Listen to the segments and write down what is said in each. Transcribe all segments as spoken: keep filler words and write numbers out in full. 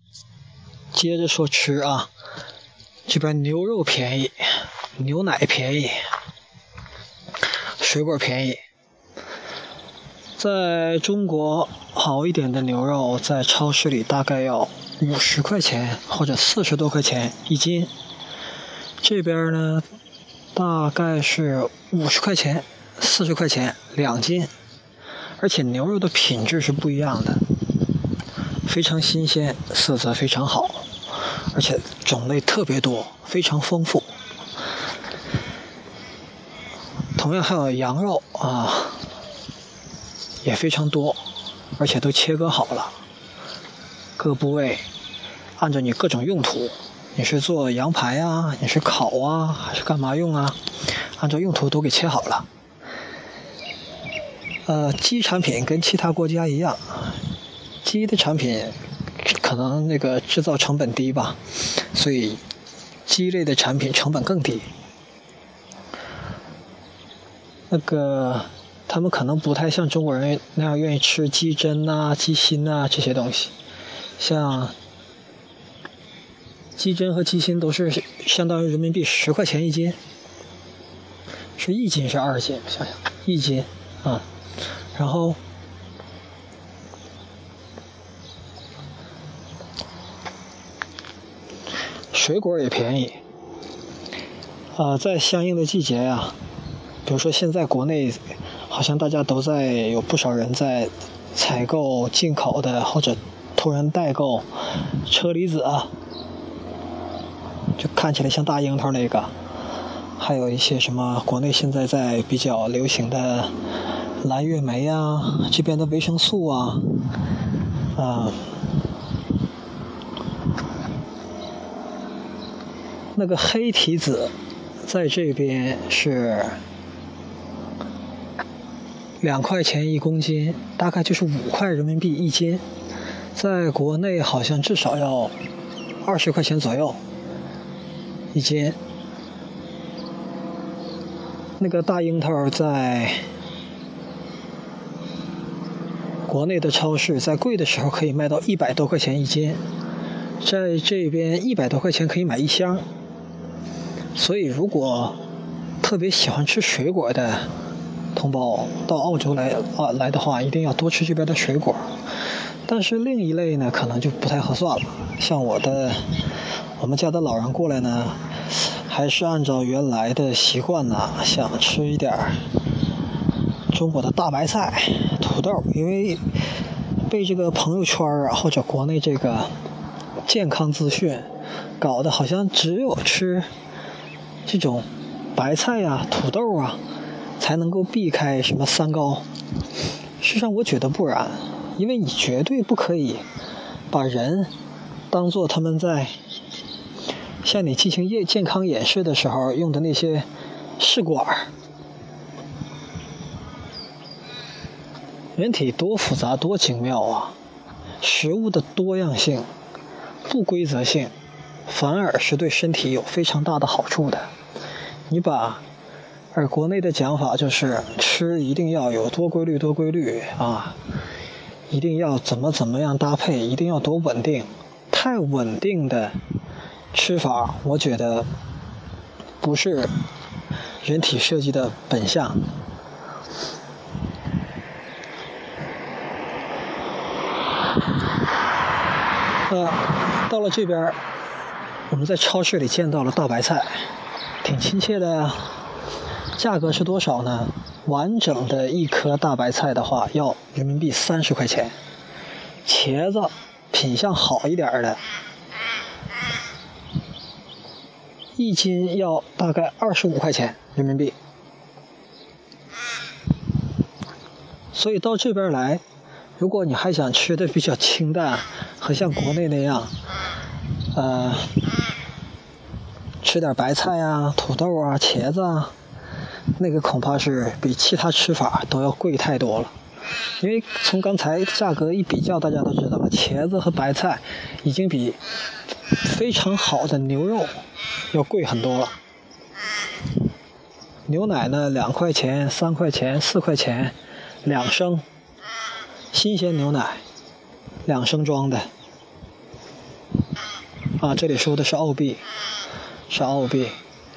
接着说吃啊，这边牛肉便宜，牛奶便宜，水果便宜。在中国好一点的牛肉在超市里大概要五十块钱或者四十多块钱一斤，这边呢大概是五十块钱四十块钱两斤，而且牛肉的品质是不一样的，非常新鲜，色泽非常好，而且种类特别多，非常丰富。同样还有羊肉啊，也非常多，而且都切割好了，各部位按照你各种用途，你是做羊排啊，你是烤啊，还是干嘛用啊，按照用途都给切好了。呃，鸡产品跟其他国家一样，鸡的产品可能那个制造成本低吧，所以鸡类的产品成本更低。那个他们可能不太像中国人那样愿意吃鸡胗啊、鸡心啊这些东西，像鸡胗和鸡心都是相当于人民币十块钱一斤，是一斤是二斤？想想一斤啊，然后水果也便宜啊、呃，在相应的季节呀、啊，比如说现在国内好像大家都在有不少人在采购进口的或者突然代购车厘子啊，就看起来像大樱桃那个，还有一些什么国内现在在比较流行的蓝月梅啊，这边的维生素啊，啊、呃，那个黑提子在这边是两块钱一公斤，大概就是五块人民币一斤，在国内好像至少要二十块钱左右一斤。那个大樱桃在国内的超市在贵的时候可以卖到一百多块钱一斤，在这边一百多块钱可以买一箱。所以如果特别喜欢吃水果的同胞到澳洲来啊来的话，一定要多吃这边的水果。但是另一类呢，可能就不太合算了。像我的我们家的老人过来呢，还是按照原来的习惯呢，想吃一点中国的大白菜、土豆，因为被这个朋友圈啊或者国内这个健康资讯搞得好像只有吃这种白菜啊、土豆啊才能够避开什么三高。事实上我觉得不然，因为你绝对不可以把人当作他们在向你进行健康演示的时候用的那些试管。人体多复杂多精妙啊，食物的多样性、不规则性反而是对身体有非常大的好处的。你把而国内的讲法就是吃一定要有多规律多规律啊，一定要怎么怎么样搭配，一定要多稳定。太稳定的吃法我觉得不是人体设计的本相。呃，到了这边我们在超市里见到了大白菜，挺亲切的呀。价格是多少呢？完整的一颗大白菜的话要人民币三十块钱，茄子品相好一点的一斤要大概二十五块钱人民币。所以到这边来，如果你还想吃的比较清淡和像国内那样呃吃点白菜啊、土豆啊、茄子啊，那个恐怕是比其他吃法都要贵太多了。因为从刚才价格一比较，大家都知道了，茄子和白菜已经比非常好的牛肉要贵很多了。牛奶呢，两块钱、三块钱、四块钱两升，新鲜牛奶两升装的。 啊，这里说的是澳币，是澳币。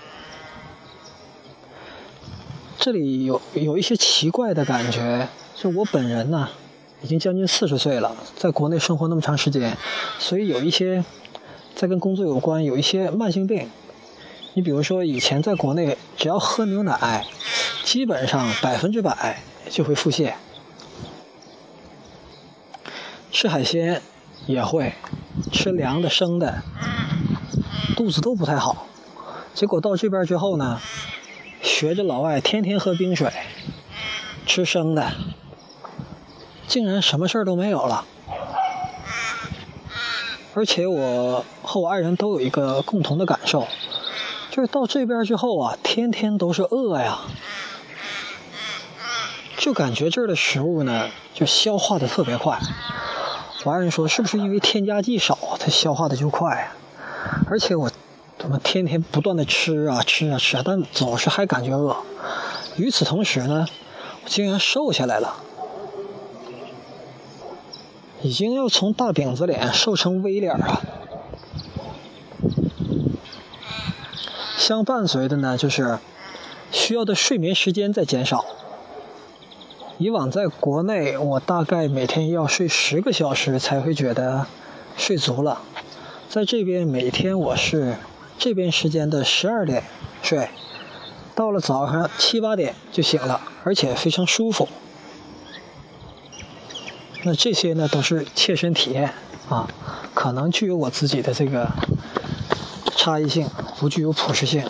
这里有有一些奇怪的感觉，就我本人呢，已经将近四十岁了，在国内生活那么长时间，所以有一些在跟工作有关，有一些慢性病。你比如说以前在国内，只要喝牛奶，基本上百分之百就会腹泻，吃海鲜也会，吃凉的生的，肚子都不太好。结果到这边之后呢，学着老外天天喝冰水，吃生的，竟然什么事儿都没有了。而且我和我爱人都有一个共同的感受，就是到这边之后啊，天天都是饿呀，就感觉这儿的食物呢就消化的特别快。我爱人说是不是因为添加剂少它消化的就快啊？而且我怎么天天不断的吃啊吃啊吃啊，但总是还感觉饿。与此同时呢，我竟然瘦下来了，已经要从大饼子脸瘦成 V 脸了。相伴随的呢，就是需要的睡眠时间在减少。以往在国内，我大概每天要睡十个小时才会觉得睡足了，在这边每天我是这边时间的十二点睡，到了早上七八点就醒了，而且非常舒服。那这些呢都是切身体验啊，可能具有我自己的这个差异性，不具有普适性。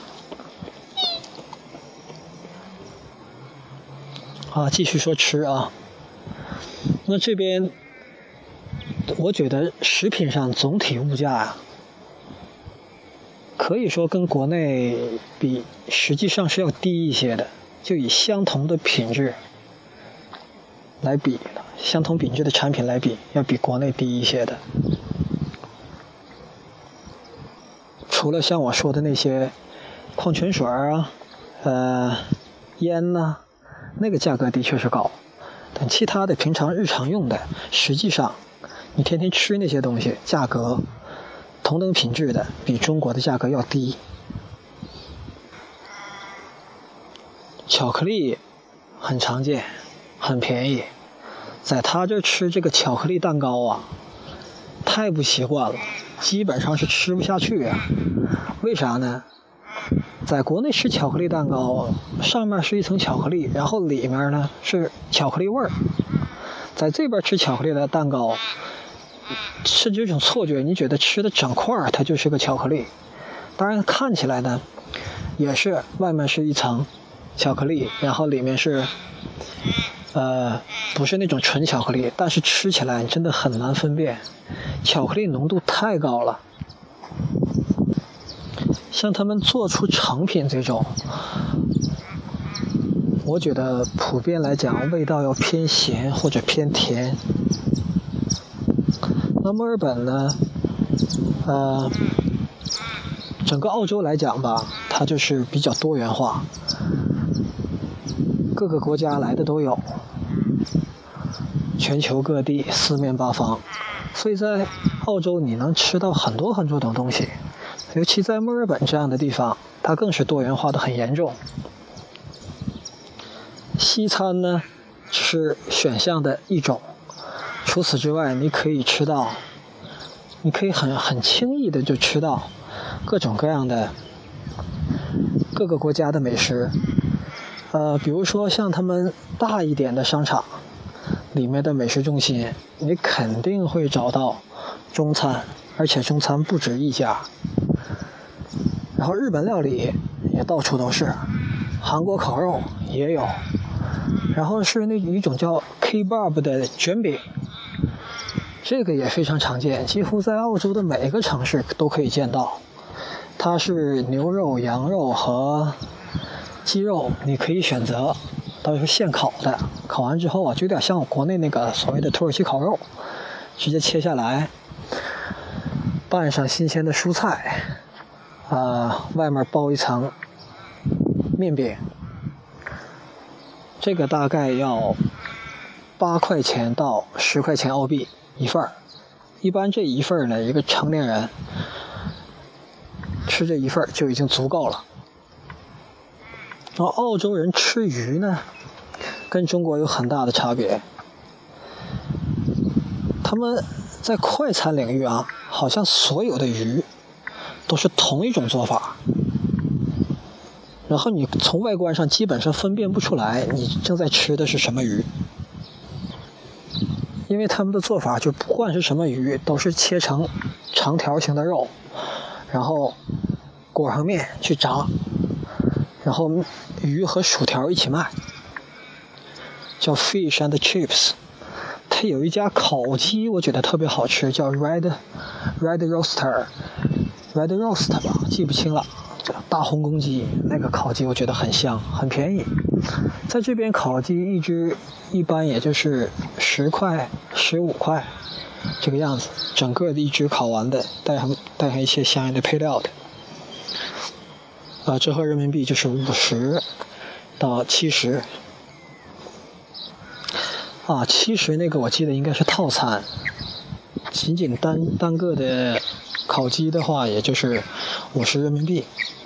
啊，继续说吃啊。那这边我觉得食品上总体物价啊，可以说跟国内比实际上是要低一些的，就以相同的品质来比，相同品质的产品来比，要比国内低一些的。除了像我说的那些矿泉水啊，呃，烟呐、啊，那个价格的确是高，但其他的平常日常用的，实际上你天天吃那些东西，价格同等品质的比中国的价格要低。巧克力很常见，很便宜，在他这吃这个巧克力蛋糕啊，太不习惯了，基本上是吃不下去啊。为啥呢？在国内吃巧克力蛋糕，上面是一层巧克力，然后里面呢是巧克力味儿。在这边吃巧克力的蛋糕，是这种错觉，你觉得吃的整块它就是个巧克力。当然看起来呢，也是外面是一层巧克力，然后里面是呃不是那种纯巧克力，但是吃起来真的很难分辨，巧克力浓度太高了。像他们做出成品这种，我觉得普遍来讲味道要偏咸或者偏甜。那墨尔本呢，呃，整个澳洲来讲吧，它就是比较多元化，各个国家来的都有，全球各地四面八方，所以在澳洲你能吃到很多很多种东西。尤其在墨尔本这样的地方，它更是多元化的很严重。西餐呢是选项的一种，除此之外，你可以吃到，你可以很很轻易的就吃到各种各样的各个国家的美食。呃，比如说像他们大一点的商场里面的美食中心，你肯定会找到中餐，而且中餐不止一家。然后日本料理也到处都是，韩国烤肉也有，然后是那一种叫 Kebab 的卷饼，这个也非常常见，几乎在澳洲的每个城市都可以见到。它是牛肉、羊肉和鸡肉，你可以选择，都是现烤的，烤完之后啊，就有点像国内那个所谓的土耳其烤肉，直接切下来，拌上新鲜的蔬菜。呃，外面包一层面饼，这个大概要八块钱到十块钱澳币一份儿。一般这一份呢，一个成年人吃这一份就已经足够了。然后澳洲人吃鱼呢，跟中国有很大的差别。他们在快餐领域啊，好像所有的鱼都是同一种做法，然后你从外观上基本上分辨不出来你正在吃的是什么鱼，因为他们的做法就不管是什么鱼都是切成长条形的肉，然后裹上面去炸，然后鱼和薯条一起卖，叫 Fish and Chips。 它有一家烤鸡我觉得特别好吃，叫 Red Red Roaster Red Roast 吧，记不清了，大红公鸡，那个烤鸡我觉得很香，很便宜。在这边烤鸡一只一般也就是十块十五块这个样子，整个的一只烤完的，带上带上一些相应的配料的，啊，折合人民币就是五十到七十。啊，七十那个我记得应该是套餐，仅仅单单个的烤鸡的话，也就是五十人民币。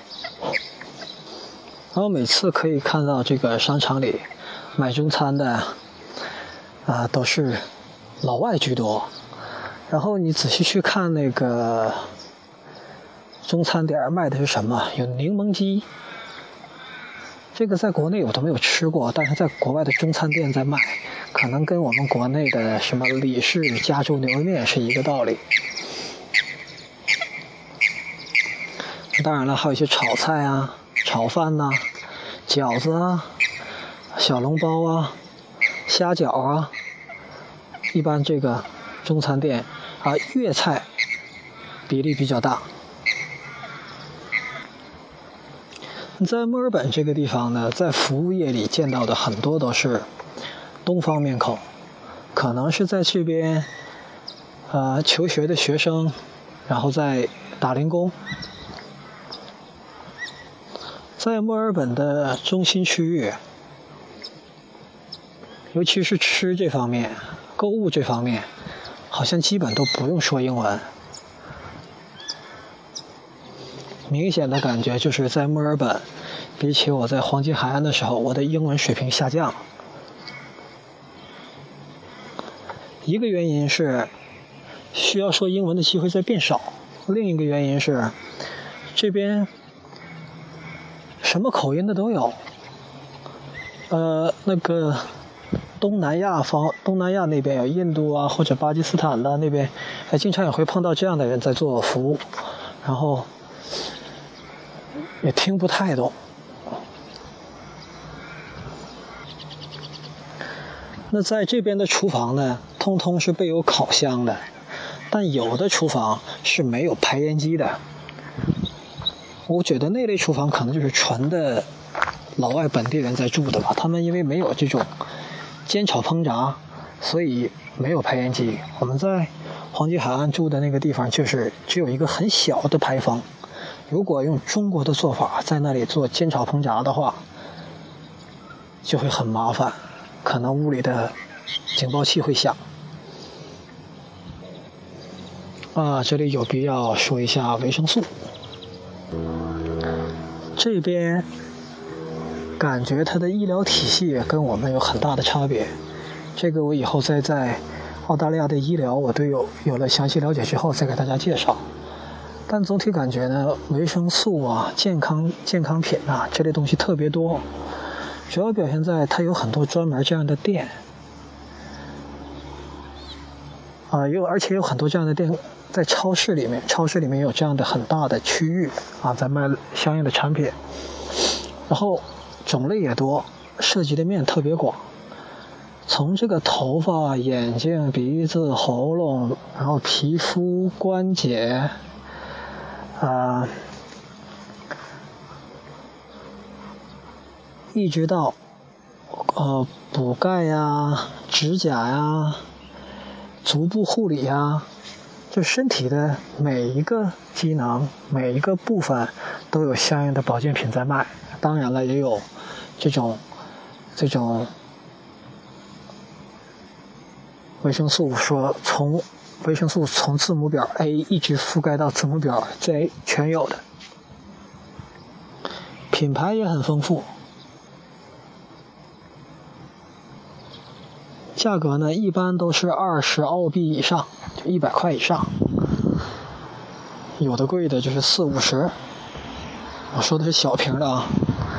然后每次可以看到这个商场里买中餐的啊，都是老外居多。然后你仔细去看那个中餐点卖的是什么，有柠檬鸡，这个在国内我都没有吃过，但是在国外的中餐店在卖，可能跟我们国内的什么李氏加州牛肉面是一个道理。当然了，还有一些炒菜啊、炒饭呐、啊、饺子啊、小笼包啊、虾饺啊。一般这个中餐店啊，粤菜比例比较大。在墨尔本这个地方呢，在服务业里见到的很多都是东方面孔，可能是在这边呃求学的学生，然后在打零工。在墨尔本的中心区域，尤其是吃这方面、购物这方面，好像基本都不用说英文。明显的感觉就是在墨尔本，比起我在黄金海岸的时候，我的英文水平下降。一个原因是需要说英文的机会在变少，另一个原因是这边什么口音的都有。呃，那个东南亚方，东南亚那边有印度啊或者巴基斯坦的那边，还经常也会碰到这样的人在做服务，然后也听不太懂。那在这边的厨房呢，通通是备有烤箱的，但有的厨房是没有排烟机的。我觉得那类厨房可能就是纯的老外本地人在住的吧，他们因为没有这种煎炒烹炸，所以没有排烟机。我们在黄金海岸住的那个地方，就是只有一个很小的排风。如果用中国的做法在那里做煎炒烹炸的话，就会很麻烦，可能屋里的警报器会响。啊，这里有必要说一下维生素。这边感觉它的医疗体系跟我们有很大的差别，这个我以后再在澳大利亚的医疗我都有有了详细了解之后再给大家介绍。但总体感觉呢，维生素啊、健康健康品啊这类东西特别多，主要表现在它有很多专门这样的店，啊，有而且有很多这样的店在超市里面，超市里面有这样的很大的区域啊，在卖相应的产品，然后种类也多，涉及的面特别广，从这个头发、眼睛、鼻子、喉咙，然后皮肤、关节。啊，一直到呃补钙呀、指甲呀、足部护理呀，就身体的每一个机能、每一个部分都有相应的保健品在卖。当然了，也有这种这种维生素，说从维生素从字母表 A 一直覆盖到字母表 Z 全有的。 品牌也很丰富，价格呢一般都是二十澳币以上，就一百块以上，有的贵的就是四五十。我说的是小瓶的啊。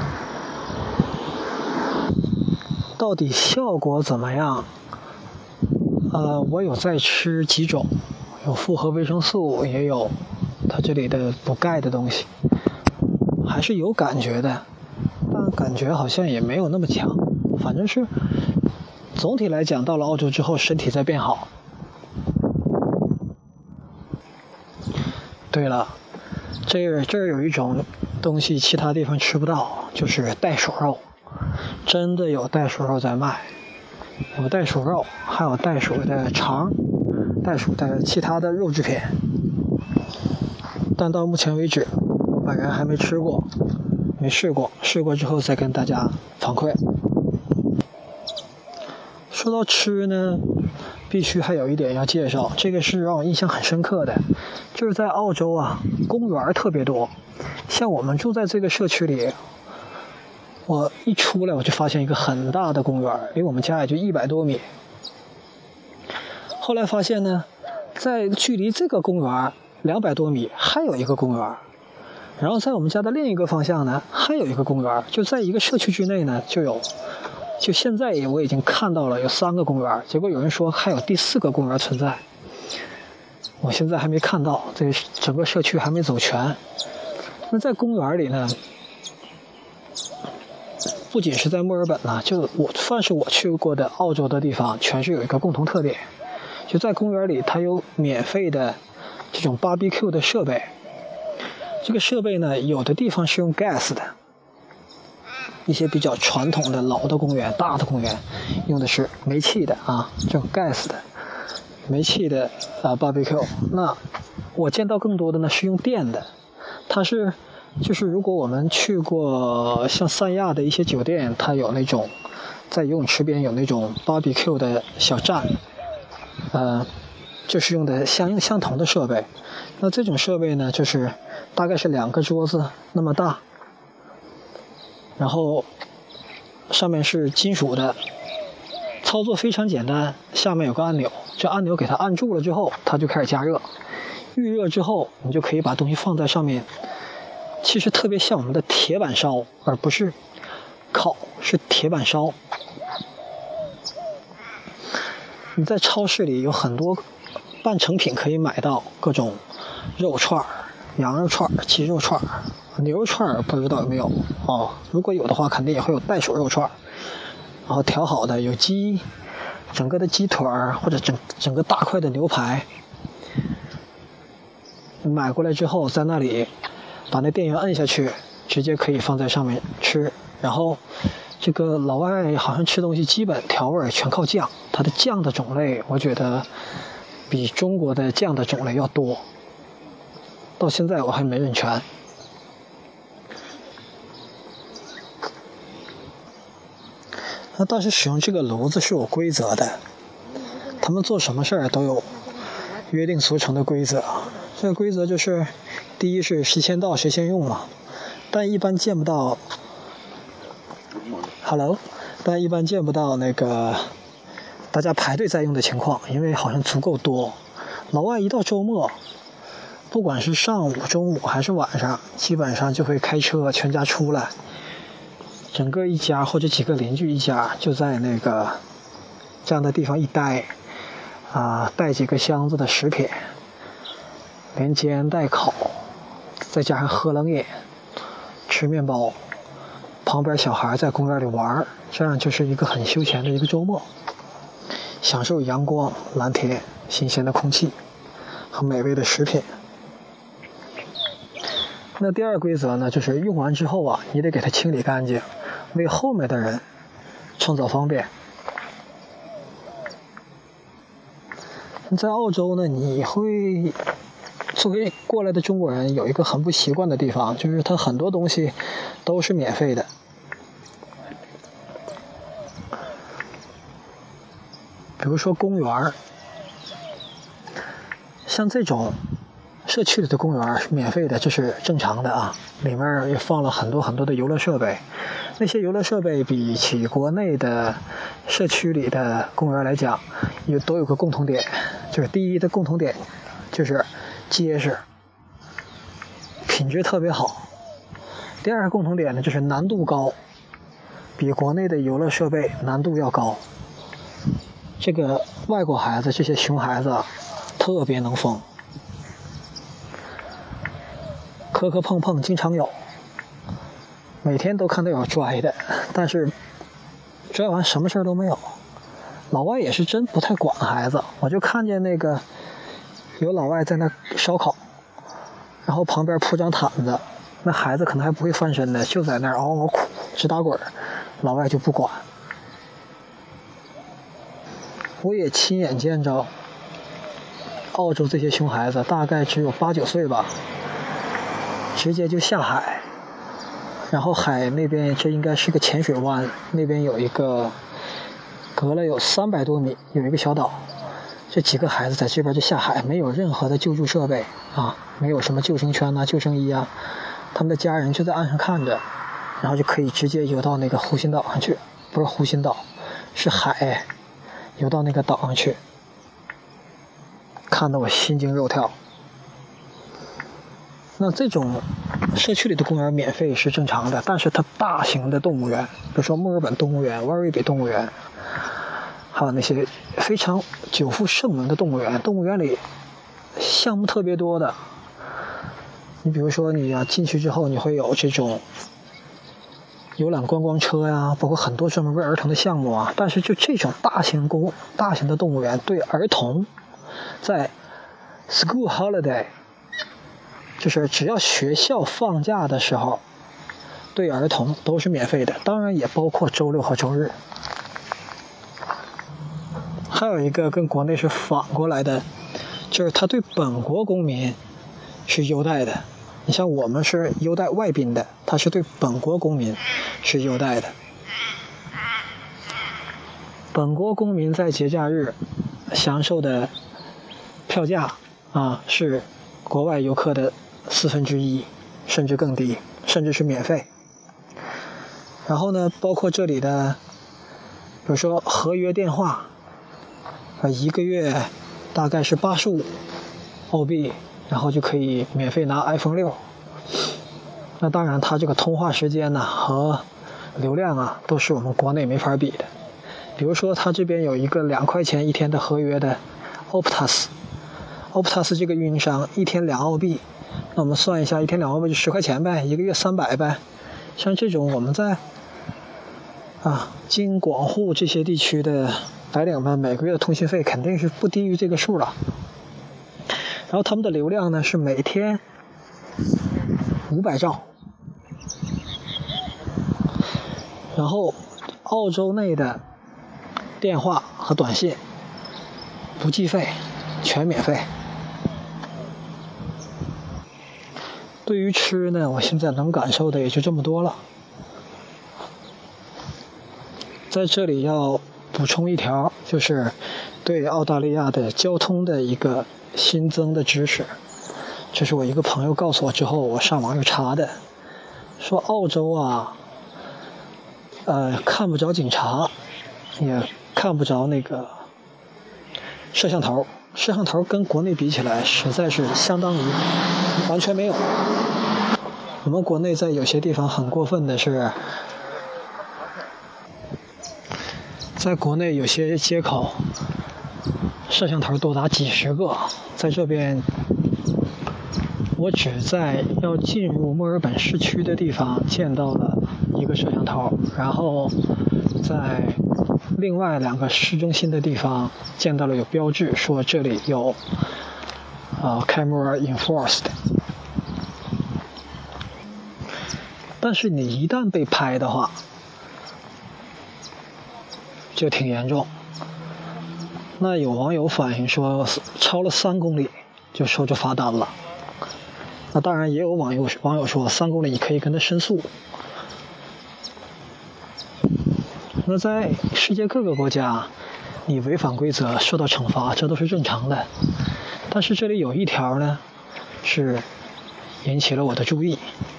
到底效果怎么样？呃，我有在吃几种，有复合维生素，也有它这里的补钙的东西，还是有感觉的，但感觉好像也没有那么强。反正是总体来讲，到了澳洲之后，身体在变好。对了，这儿这儿有一种东西，其他地方吃不到，就是袋鼠肉。真的有袋鼠肉在卖，有袋鼠肉，还有袋鼠的肠，袋鼠的其他的肉制品。但到目前为止，我本人还没吃过，没试过，试过之后再跟大家反馈。说到吃呢，必须还有一点要介绍，这个是让我印象很深刻的，就是在澳洲啊，公园特别多。像我们住在这个社区里，我一出来我就发现一个很大的公园，离我们家也就一百多米。后来发现呢，在距离这个公园两百多米还有一个公园，然后在我们家的另一个方向呢还有一个公园，就在一个社区之内呢就有，就现在我已经看到了有三个公园，结果有人说还有第四个公园存在，我现在还没看到，这整个社区还没走全。那在公园里呢，不仅是在墨尔本呢，就我凡是我去过的澳洲的地方，全是有一个共同特点，就在公园里它有免费的这种 barbecue 的设备。这个设备呢，有的地方是用 gas 的，一些比较传统的老的公园、大的公园用的是煤气的啊，这种 gas 的煤气的啊 barbecue。那我见到更多的呢是用电的，它是就是如果我们去过像三亚的一些酒店，它有那种在游泳池边有那种 barbecue 的小站，呃，就是用的相应相同的设备。那这种设备呢，就是大概是两个桌子那么大，然后上面是金属的，操作非常简单，下面有个按钮，这按钮给它按住了之后，它就开始加热，预热之后你就可以把东西放在上面。其实特别像我们的铁板烧，而不是烤，是铁板烧。你在超市里有很多半成品可以买到，各种肉串、羊肉串、鸡肉串、牛肉串，不知道有没有哦？如果有的话，肯定也会有袋鼠肉串，然后调好的有鸡，整个的鸡腿或者整整个大块的牛排。买过来之后，在那里把那电源摁下去，直接可以放在上面吃。然后这个老外好像吃东西基本调味全靠酱，它的酱的种类我觉得比中国的酱的种类要多，到现在我还没认全。那但是使用这个炉子是有规则的，他们做什么事儿都有约定俗成的规则。这个规则就是，第一是谁先到谁先用嘛，但一般见不到 ，Hello， 但一般见不到那个大家排队在用的情况，因为好像足够多。老外一到周末，不管是上午、中午还是晚上，基本上就会开车全家出来，整个一家或者几个邻居一家就在那个这样的地方一待，啊，带几个箱子的食品。连煎带烤，再加上喝冷饮，吃面包，旁边小孩在公园里玩，这样就是一个很休闲的一个周末，享受阳光、蓝天、新鲜的空气和美味的食品。那第二规则呢，就是用完之后啊，你得给它清理干净，为后面的人创造方便。在澳洲呢，你会作为过来的中国人有一个很不习惯的地方，就是它很多东西都是免费的。比如说公园，像这种社区里的公园是免费的，这是正常的啊。里面也放了很多很多的游乐设备，那些游乐设备比起国内的社区里的公园来讲，有都有个共同点，就是第一的共同点就是结实，品质特别好。第二个共同点呢，就是难度高，比国内的游乐设备难度要高。这个外国孩子，这些熊孩子特别能疯，磕磕碰碰经常有，每天都看到有拽的，但是拽完什么事都没有。老外也是真不太管孩子，我就看见那个有老外在那烧烤，然后旁边铺张毯子，那孩子可能还不会翻身的，就在那儿嗷嗷哭直打滚，老外就不管。我也亲眼见着澳洲这些熊孩子大概只有八九岁吧，直接就下海，然后海那边这应该是个浅水湾，那边有一个隔了有三百多米有一个小岛，这几个孩子在这边就下海，没有任何的救助设备啊，没有什么救生圈啊救生衣啊，他们的家人就在岸上看着，然后就可以直接游到那个湖心岛上去，不是湖心岛是海，游到那个岛上去，看得我心惊肉跳。那这种社区里的公园免费是正常的，但是它大型的动物园，比如说墨尔本动物园、瓦瑞比动物园，还有那些非常久负盛名的动物园，动物园里项目特别多的。你比如说你要进去之后，你会有这种游览观光车呀，包括很多专门为儿童的项目啊。但是就这种大型公大型的动物园，对儿童在 school holiday， 就是只要学校放假的时候，对儿童都是免费的，当然也包括周六和周日。还有一个跟国内是反过来的，就是他对本国公民是优待的。你像我们是优待外宾的，他是对本国公民是优待的。本国公民在节假日享受的票价啊，是国外游客的四分之一，甚至更低，甚至是免费。然后呢，包括这里的，比如说合约电话，啊，一个月大概是八十五澳币。然后就可以免费拿 iPhone 六。那当然它这个通话时间呢和流量啊都是我们国内没法比的。比如说它这边有一个两块钱一天的合约的 Optus Optus 这个运营商，一天两澳币，那我们算一下，一天两澳币就十块钱呗，一个月三百呗。像这种我们在啊京广沪这些地区的白领们每个月的通信费肯定是不低于这个数了。然后他们的流量呢是每天五百兆，然后澳洲内的电话和短信不计费，全免费。对于吃呢，我现在能感受的也就这么多了。在这里要补充一条，就是对澳大利亚的交通的一个新增的知识，这是我一个朋友告诉我之后，我上网又查的，说澳洲啊，呃，看不着警察，也看不着那个摄像头，摄像头跟国内比起来，实在是相当于完全没有。我们国内在有些地方很过分的是，在国内有些街口摄像头多达几十个，在这边我只在要进入墨尔本市区的地方见到了一个摄像头，然后在另外两个市中心的地方见到了有标志说这里有呃 camera enforced。 但是你一旦被拍的话就挺严重。那有网友反映说超了三公里就收着罚单了。那当然也有网友网友说三公里你可以跟他申诉。那在世界各个国家你违反规则受到惩罚，这都是正常的。但是这里有一条呢是引起了我的注意。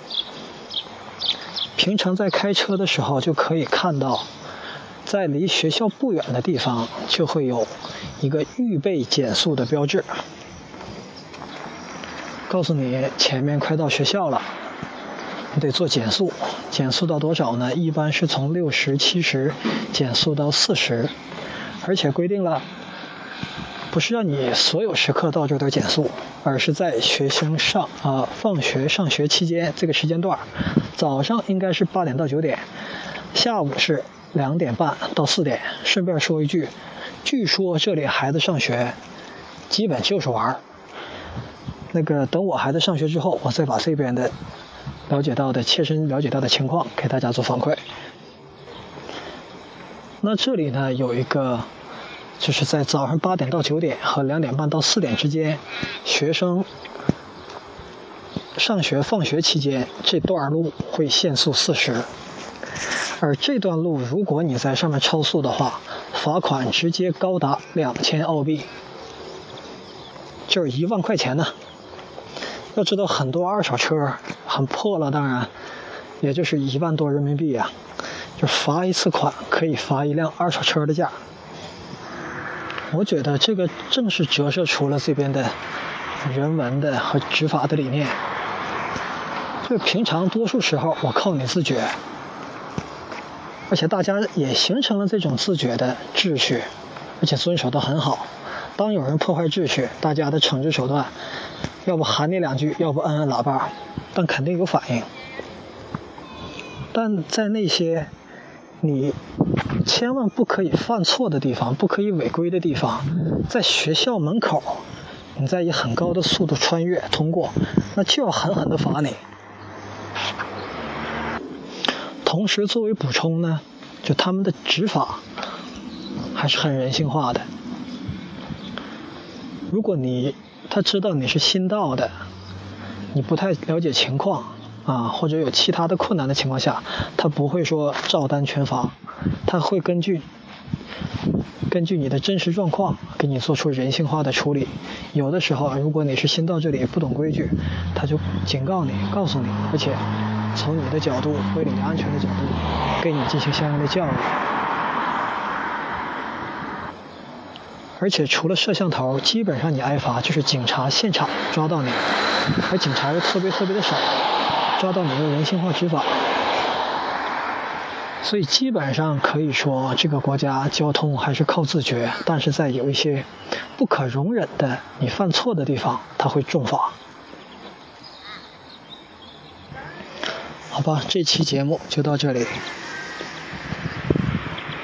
平常在开车的时候就可以看到，在离学校不远的地方就会有一个预备减速的标志，告诉你前面快到学校了，你得做减速。减速到多少呢？一般是从六十、七十减速到四十，而且规定了不是让你所有时刻到这都减速，而是在学生上啊、呃、放学上学期间这个时间段，早上应该是八点到九点，下午是两点半到四点。顺便说一句，据说这里孩子上学基本就是玩。那个等我孩子上学之后，我再把这边的了解到的切身了解到的情况给大家做反馈。那这里呢有一个，就是在早上八点到九点和两点半到四点之间，学生上学放学期间这段路会限速四十，而这段路如果你在上面超速的话，罚款直接高达两千澳币，就是一万块钱呢。要知道很多二手车很破了，当然也就是一万多人民币啊，就罚一次款可以罚一辆二手车的价。我觉得这个正是折射出了这边的人文的和执法的理念。就平常多数时候我靠你自觉，而且大家也形成了这种自觉的秩序，而且遵守得很好。当有人破坏秩序，大家的惩治手段要不喊你两句，要不按按喇叭，但肯定有反应。但在那些你千万不可以犯错的地方，不可以违规的地方，在学校门口你再以很高的速度穿越通过，那就要狠狠地罚你。同时作为补充呢，就他们的执法还是很人性化的。如果你他知道你是新到的，你不太了解情况啊，或者有其他的困难的情况下，他不会说照单全罚，他会根据根据你的真实状况给你做出人性化的处理。有的时候如果你是新到这里不懂规矩，他就警告你，告诉你，而且从你的角度，为了你安全的角度给你进行相应的教育。而且除了摄像头，基本上你挨罚就是警察现场抓到你，而警察又特别特别的少，抓到你又人性化执法。所以基本上可以说这个国家交通还是靠自觉，但是在有一些不可容忍的你犯错的地方，他会重罚。好吧，这期节目就到这里。